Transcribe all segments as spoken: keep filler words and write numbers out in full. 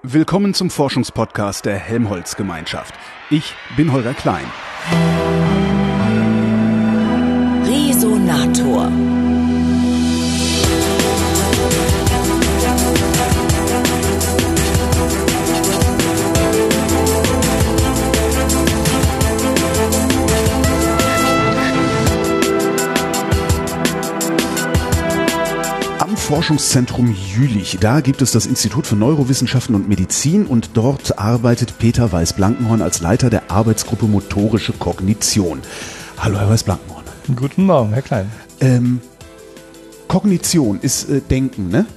Willkommen zum Forschungspodcast der Helmholtz-Gemeinschaft. Ich bin Holger Klein. Resonator. Forschungszentrum Jülich. Da gibt es das Institut für Neurowissenschaften und Medizin und dort arbeitet Peter Weiß-Blankenhorn als Leiter der Arbeitsgruppe Motorische Kognition. Hallo, Herr Weiß-Blankenhorn. Guten Morgen, Herr Klein. Ähm, Kognition ist äh, Denken, ne?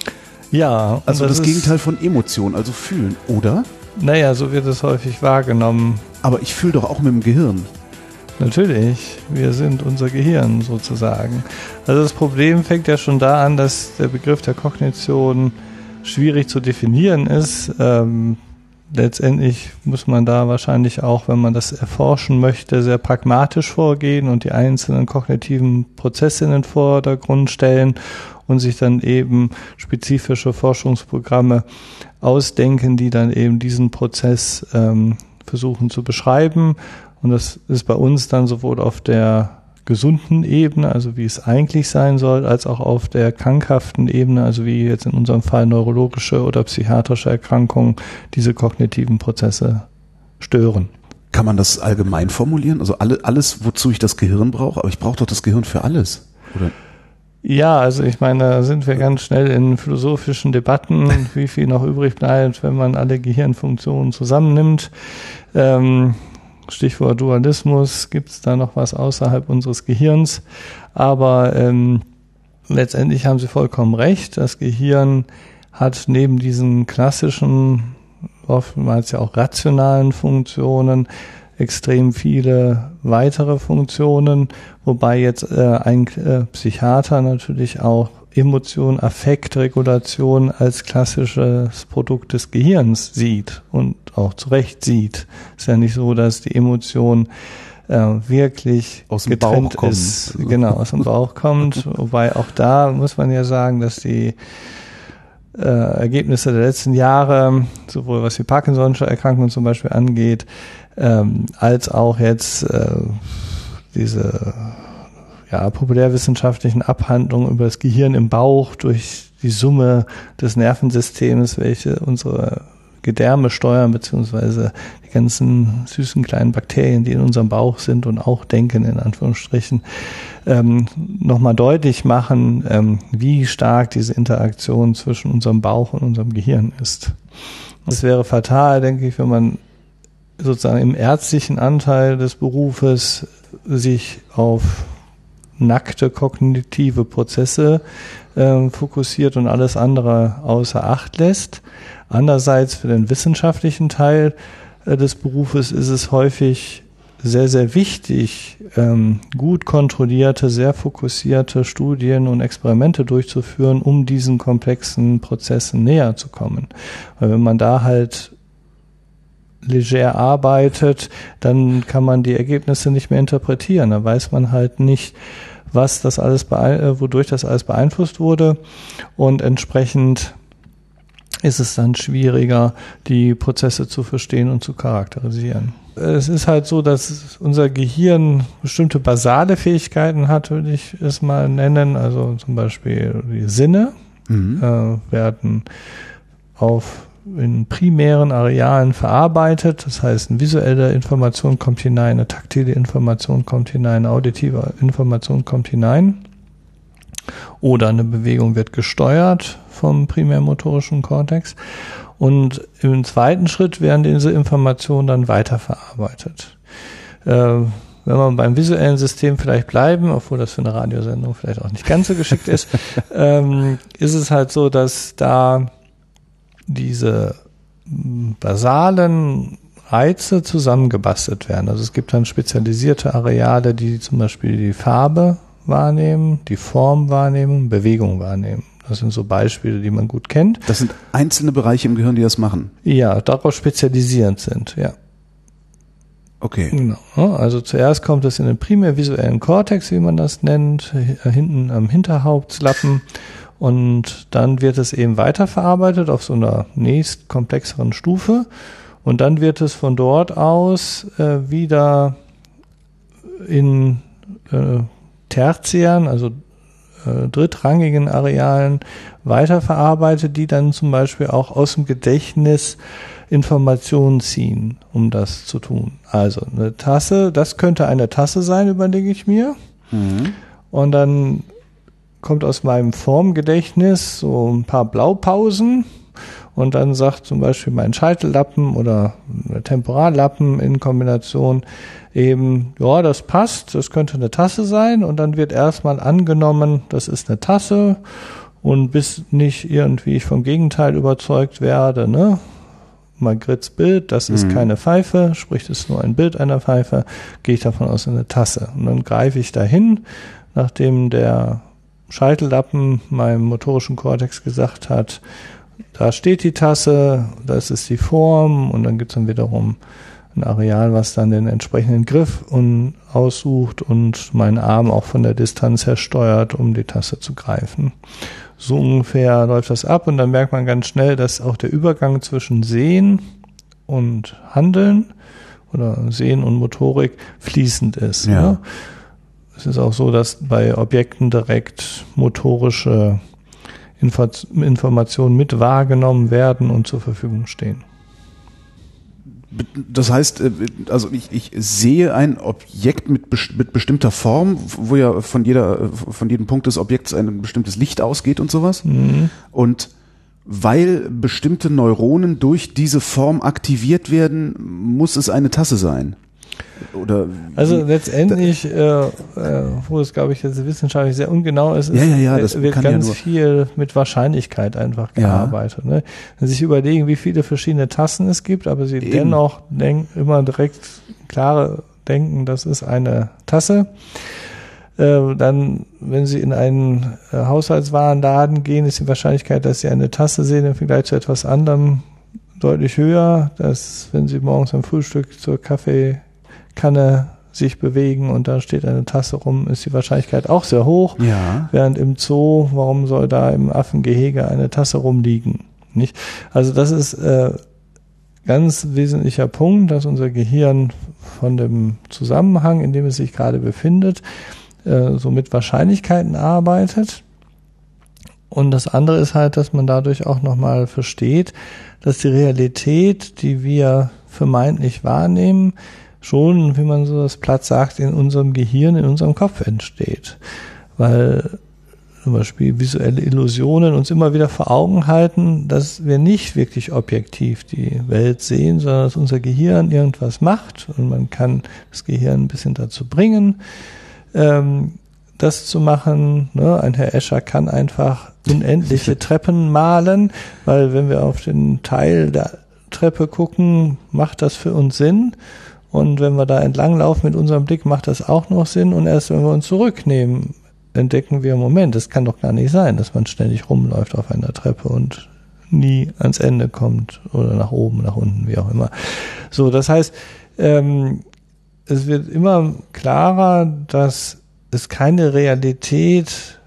Ja. Also das, das Gegenteil von Emotion, also fühlen, oder? Naja, so wird es häufig wahrgenommen. Aber ich fühle doch auch mit dem Gehirn. Natürlich, wir sind unser Gehirn sozusagen. Also das Problem fängt ja schon da an, dass der Begriff der Kognition schwierig zu definieren ist. Ähm, letztendlich muss man da wahrscheinlich auch, wenn man das erforschen möchte, sehr pragmatisch vorgehen und die einzelnen kognitiven Prozesse in den Vordergrund stellen und sich dann eben spezifische Forschungsprogramme ausdenken, die dann eben diesen Prozess ähm, versuchen zu beschreiben. Und das ist bei uns dann sowohl auf der gesunden Ebene, also wie es eigentlich sein soll, als auch auf der krankhaften Ebene, also wie jetzt in unserem Fall neurologische oder psychiatrische Erkrankungen, diese kognitiven Prozesse stören. Kann man das allgemein formulieren? Also alle, alles, wozu ich das Gehirn brauche, aber ich brauche doch das Gehirn für alles, oder? Ja, also ich meine, da sind wir ganz schnell in philosophischen Debatten, wie viel noch übrig bleibt, wenn man alle Gehirnfunktionen zusammennimmt. Ähm, Stichwort Dualismus, gibt es da noch was außerhalb unseres Gehirns? Aber ähm, letztendlich haben Sie vollkommen recht. Das Gehirn hat neben diesen klassischen, oftmals ja auch rationalen Funktionen, extrem viele weitere Funktionen, wobei jetzt äh, ein äh, Psychiater natürlich auch Emotion, Affekt, Regulation als klassisches Produkt des Gehirns sieht und auch zu Recht sieht. Ist ja nicht so, dass die Emotion äh, wirklich aus dem getrennt Bauch kommt. ist, genau, aus dem Bauch kommt. Wobei auch da muss man ja sagen, dass die äh, Ergebnisse der letzten Jahre, sowohl was die Parkinson'sche Erkrankung zum Beispiel angeht, ähm, als auch jetzt äh, diese ja, populärwissenschaftlichen Abhandlungen über das Gehirn im Bauch durch die Summe des Nervensystems, welche unsere Gedärme steuern, beziehungsweise die ganzen süßen kleinen Bakterien, die in unserem Bauch sind und auch denken, in Anführungsstrichen, ähm, nochmal deutlich machen, ähm, wie stark diese Interaktion zwischen unserem Bauch und unserem Gehirn ist. Es wäre fatal, denke ich, wenn man sozusagen im ärztlichen Anteil des Berufes sich auf nackte kognitive Prozesse äh, fokussiert und alles andere außer Acht lässt. Andererseits für den wissenschaftlichen Teil äh, des Berufes ist es häufig sehr, sehr wichtig, ähm, gut kontrollierte, sehr fokussierte Studien und Experimente durchzuführen, um diesen komplexen Prozessen näher zu kommen. Weil wenn man da halt leger arbeitet, dann kann man die Ergebnisse nicht mehr interpretieren. Da weiß man halt nicht, was das alles beein- wodurch das alles beeinflusst wurde, und entsprechend ist es dann schwieriger, die Prozesse zu verstehen und zu charakterisieren. Es ist halt so, dass unser Gehirn bestimmte basale Fähigkeiten hat, würde ich es mal nennen, also zum Beispiel die Sinne mhm. äh, werden auf in primären Arealen verarbeitet. Das heißt, eine visuelle Information kommt hinein, eine taktile Information kommt hinein, eine auditive Information kommt hinein. Oder eine Bewegung wird gesteuert vom primärmotorischen Kortex. Und im zweiten Schritt werden diese Informationen dann weiterverarbeitet. Äh, wenn wir beim visuellen System vielleicht bleiben, obwohl das für eine Radiosendung vielleicht auch nicht ganz so geschickt ist, ähm, ist es halt so, dass da diese basalen Reize zusammengebastelt werden. Also es gibt dann spezialisierte Areale, die zum Beispiel die Farbe wahrnehmen, die Form wahrnehmen, Bewegung wahrnehmen. Das sind so Beispiele, die man gut kennt. Das sind einzelne Bereiche im Gehirn, die das machen? Ja, darauf spezialisierend sind, ja. Okay. Genau. Also zuerst kommt es in den primär visuellen Kortex, wie man das nennt, hinten am Hinterhauptslappen. Und dann wird es eben weiterverarbeitet auf so einer nächst komplexeren Stufe. Und dann wird es von dort aus äh, wieder in äh, tertiären, also äh, drittrangigen Arealen weiterverarbeitet, die dann zum Beispiel auch aus dem Gedächtnis Informationen ziehen, um das zu tun. Also eine Tasse, das könnte eine Tasse sein, überlege ich mir. Mhm. Und dann kommt aus meinem Formgedächtnis so ein paar Blaupausen. Und dann sagt zum Beispiel mein Scheitellappen oder Temporallappen in Kombination eben, ja, das passt, das könnte eine Tasse sein. Und dann wird erstmal angenommen, das ist eine Tasse. Und bis nicht irgendwie ich vom Gegenteil überzeugt werde, ne? Magritte's Bild, das ist mhm. keine Pfeife, sprich, das ist nur ein Bild einer Pfeife, gehe ich davon aus, eine Tasse. Und dann greife ich dahin, nachdem der Scheitellappen meinem motorischen Kortex gesagt hat, da steht die Tasse, das ist die Form, und dann gibt es dann wiederum ein Areal, was dann den entsprechenden Griff und aussucht und meinen Arm auch von der Distanz her steuert, um die Tasse zu greifen. So ungefähr läuft das ab, und dann merkt man ganz schnell, dass auch der Übergang zwischen Sehen und Handeln oder Sehen und Motorik fließend ist. Ja. Ne? Es ist auch so, dass bei Objekten direkt motorische Informationen mit wahrgenommen werden und zur Verfügung stehen. Das heißt, also ich, ich sehe ein Objekt mit, mit bestimmter Form, wo ja von jeder, von jedem Punkt des Objekts ein bestimmtes Licht ausgeht und sowas. Mhm. Und weil bestimmte Neuronen durch diese Form aktiviert werden, muss es eine Tasse sein. Oder also letztendlich, äh, äh, wo es, glaube ich, jetzt wissenschaftlich sehr ungenau ist, ja, ja, ja, das wird kann ganz ja nur viel mit Wahrscheinlichkeit einfach gearbeitet. Ja. Ne? Wenn Sie sich überlegen, wie viele verschiedene Tassen es gibt, aber Sie Eben. dennoch denken, immer direkt klare denken, das ist eine Tasse. Äh, dann, wenn Sie in einen äh, Haushaltswarenladen gehen, ist die Wahrscheinlichkeit, dass Sie eine Tasse sehen im Vergleich zu etwas anderem deutlich höher, dass wenn Sie morgens am Frühstück zur Kaffee Kanne sich bewegen und da steht eine Tasse rum, ist die Wahrscheinlichkeit auch sehr hoch. Ja. Während im Zoo, warum soll da im Affengehege eine Tasse rumliegen? Nicht? Also das ist äh, ganz wesentlicher Punkt, dass unser Gehirn von dem Zusammenhang, in dem es sich gerade befindet, äh, so mit Wahrscheinlichkeiten arbeitet. Und das andere ist halt, dass man dadurch auch nochmal versteht, dass die Realität, die wir vermeintlich wahrnehmen, schon, wie man so das platt sagt, in unserem Gehirn, in unserem Kopf entsteht. Weil zum Beispiel visuelle Illusionen uns immer wieder vor Augen halten, dass wir nicht wirklich objektiv die Welt sehen, sondern dass unser Gehirn irgendwas macht, und man kann das Gehirn ein bisschen dazu bringen, ähm, das zu machen. Ne? Ein Herr Escher kann einfach unendliche Treppen malen, weil wenn wir auf den Teil der Treppe gucken, macht das für uns Sinn. Und wenn wir da entlanglaufen mit unserem Blick, macht das auch noch Sinn. Und erst wenn wir uns zurücknehmen, entdecken wir, Moment, das kann doch gar nicht sein, dass man ständig rumläuft auf einer Treppe und nie ans Ende kommt oder nach oben, nach unten, wie auch immer. So, das heißt, ähm, es wird immer klarer, dass es keine Realität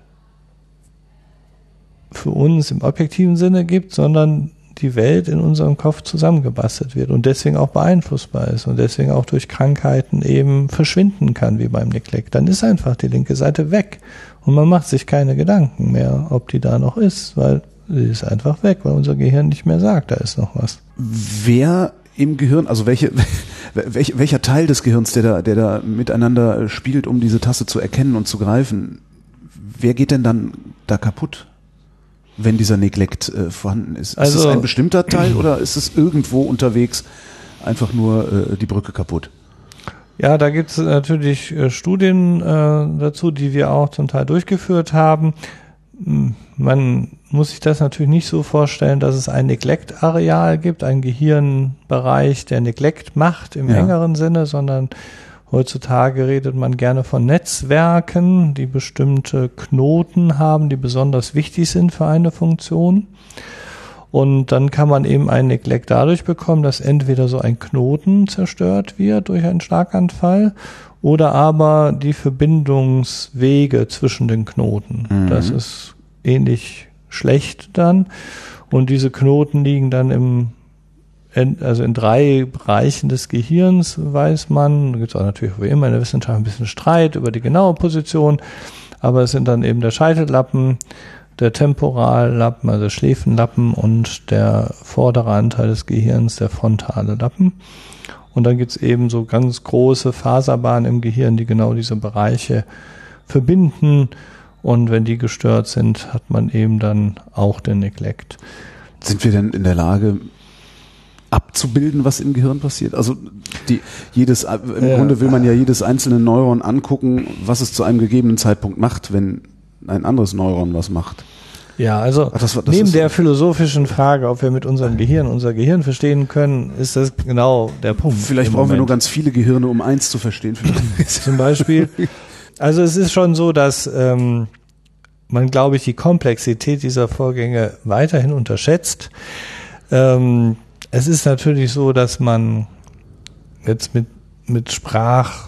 für uns im objektiven Sinne gibt, sondern die Welt in unserem Kopf zusammengebastelt wird und deswegen auch beeinflussbar ist und deswegen auch durch Krankheiten eben verschwinden kann, wie beim Neglect. Dann ist einfach die linke Seite weg und man macht sich keine Gedanken mehr, ob die da noch ist, weil sie ist einfach weg, weil unser Gehirn nicht mehr sagt, da ist noch was. Wer im Gehirn, also welche, welch, welcher Teil des Gehirns, der da, der da miteinander spielt, um diese Tasse zu erkennen und zu greifen, wer geht denn dann da kaputt? Wenn dieser Neglect äh, vorhanden ist. Ist also, es ein bestimmter Teil oder ist es irgendwo unterwegs einfach nur äh, die Brücke kaputt? Ja, da gibt es natürlich äh, Studien äh, dazu, die wir auch zum Teil durchgeführt haben. Man muss sich das natürlich nicht so vorstellen, dass es ein Neglect-Areal gibt, einen Gehirnbereich, der Neglect macht im ja. engeren Sinne, sondern heutzutage redet man gerne von Netzwerken, die bestimmte Knoten haben, die besonders wichtig sind für eine Funktion. Und dann kann man eben einen Neglect dadurch bekommen, dass entweder so ein Knoten zerstört wird durch einen Schlaganfall oder aber die Verbindungswege zwischen den Knoten. Mhm. Das ist ähnlich schlecht dann. Und diese Knoten liegen dann im, in, also in drei Bereichen des Gehirns, weiß man. Da gibt es auch natürlich wie immer in der Wissenschaft ein bisschen Streit über die genaue Position. Aber es sind dann eben der Scheitellappen, der Temporallappen, also Schläfenlappen und der vordere Anteil des Gehirns, der frontale Lappen. Und dann gibt es eben so ganz große Faserbahnen im Gehirn, die genau diese Bereiche verbinden. Und wenn die gestört sind, hat man eben dann auch den Neglect. Sind wir denn in der Lage, abzubilden, was im Gehirn passiert? Also die, jedes, im ja. Grunde will man ja jedes einzelne Neuron angucken, was es zu einem gegebenen Zeitpunkt macht, wenn ein anderes Neuron was macht. Ja, also Ach, das, das neben der philosophischen Frage, ob wir mit unserem Gehirn unser Gehirn verstehen können, ist das genau der Punkt. Vielleicht brauchen Moment. wir nur ganz viele Gehirne, um eins zu verstehen. Zum Beispiel. Also es ist schon so, dass ähm, man, glaube ich, die Komplexität dieser Vorgänge weiterhin unterschätzt. Ähm, es ist natürlich so, dass man jetzt mit, mit Sprach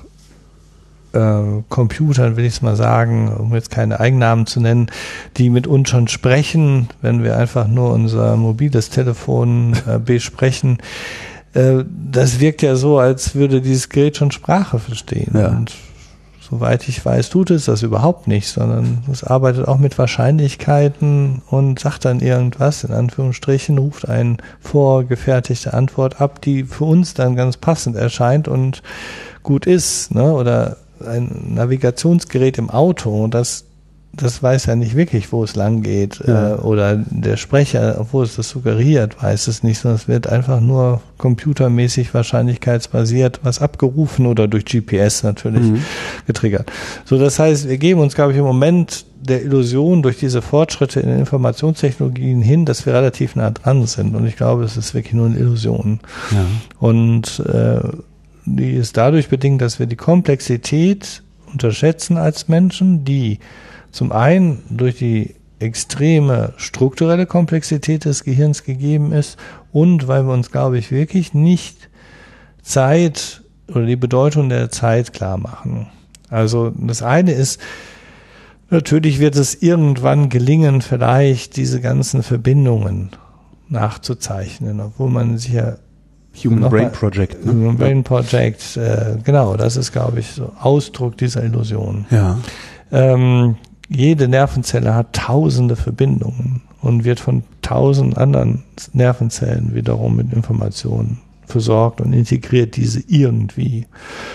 Äh, Computern, will ich es mal sagen, um jetzt keine Eigennamen zu nennen, die mit uns schon sprechen, wenn wir einfach nur unser mobiles Telefon äh, besprechen. Äh, das wirkt ja so, als würde dieses Gerät schon Sprache verstehen. Ja. Und soweit ich weiß, tut es das überhaupt nicht, sondern es arbeitet auch mit Wahrscheinlichkeiten und sagt dann irgendwas, in Anführungsstrichen, ruft eine vorgefertigte Antwort ab, die für uns dann ganz passend erscheint und gut ist, ne? Oder ein Navigationsgerät im Auto, das, das weiß ja nicht wirklich, wo es lang geht. Ja. Äh, oder der Sprecher, obwohl es das suggeriert, weiß es nicht, sondern es wird einfach nur computermäßig wahrscheinlichkeitsbasiert was abgerufen oder durch G P S natürlich mhm. getriggert. So, das heißt, wir geben uns, glaube ich, im Moment der Illusion durch diese Fortschritte in den Informationstechnologien hin, dass wir relativ nah dran sind. Und ich glaube, es ist wirklich nur eine Illusion. Ja. Und äh, die ist dadurch bedingt, dass wir die Komplexität unterschätzen als Menschen, die zum einen durch die extreme strukturelle Komplexität des Gehirns gegeben ist und weil wir uns, glaube ich, wirklich nicht Zeit oder die Bedeutung der Zeit klar machen. Also das eine ist, natürlich wird es irgendwann gelingen, vielleicht diese ganzen Verbindungen nachzuzeichnen, obwohl man sich ja Human Brain Project. Ne? Human Brain Project, äh, genau, das ist, glaube ich, so Ausdruck dieser Illusion. Ja. Ähm, jede Nervenzelle hat tausende Verbindungen und wird von tausend anderen Nervenzellen wiederum mit Informationen versorgt und integriert diese irgendwie.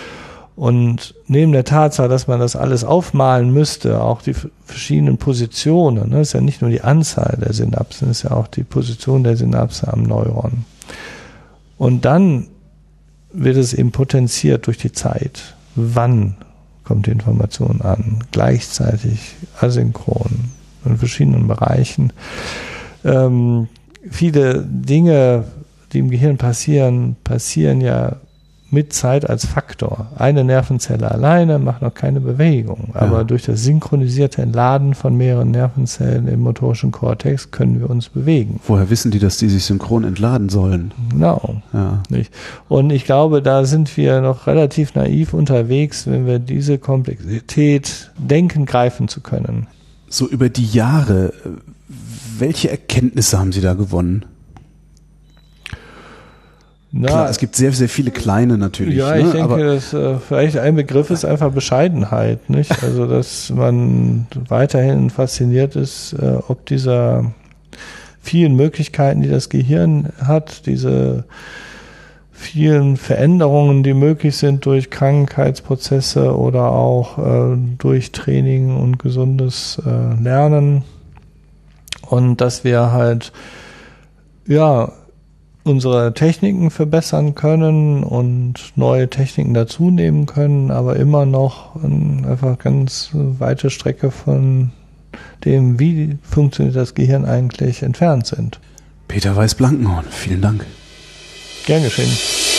Und neben der Tatsache, dass man das alles aufmalen müsste, auch die verschiedenen Positionen, ne, ist ja nicht nur die Anzahl der Synapsen, ist ja auch die Position der Synapse am Neuron. Und dann wird es eben potenziert durch die Zeit. Wann kommt die Information an? Gleichzeitig, asynchron, in verschiedenen Bereichen. Ähm, viele Dinge, die im Gehirn passieren, passieren ja mit Zeit als Faktor. Eine Nervenzelle alleine macht noch keine Bewegung, aber ja. durch das synchronisierte Entladen von mehreren Nervenzellen im motorischen Kortex können wir uns bewegen. Woher wissen die, dass die sich synchron entladen sollen? Genau. Ja. Nicht? Und ich glaube, da sind wir noch relativ naiv unterwegs, wenn wir diese Komplexität denken, greifen zu können. So über die Jahre, welche Erkenntnisse haben Sie da gewonnen? Na, Klar, es gibt sehr, sehr viele kleine natürlich. Ja, ich ne? denke, Aber dass äh, vielleicht ein Begriff ist einfach Bescheidenheit, nicht? Also, dass man weiterhin fasziniert ist, äh, ob dieser vielen Möglichkeiten, die das Gehirn hat, diese vielen Veränderungen, die möglich sind durch Krankheitsprozesse oder auch äh, durch Training und gesundes äh, Lernen, und dass wir halt, ja, unsere Techniken verbessern können und neue Techniken dazu nehmen können, aber immer noch eine einfach ganz weite Strecke von dem, wie funktioniert das Gehirn eigentlich, entfernt sind. Peter Weiß-Blankenhorn, vielen Dank. Gern geschehen.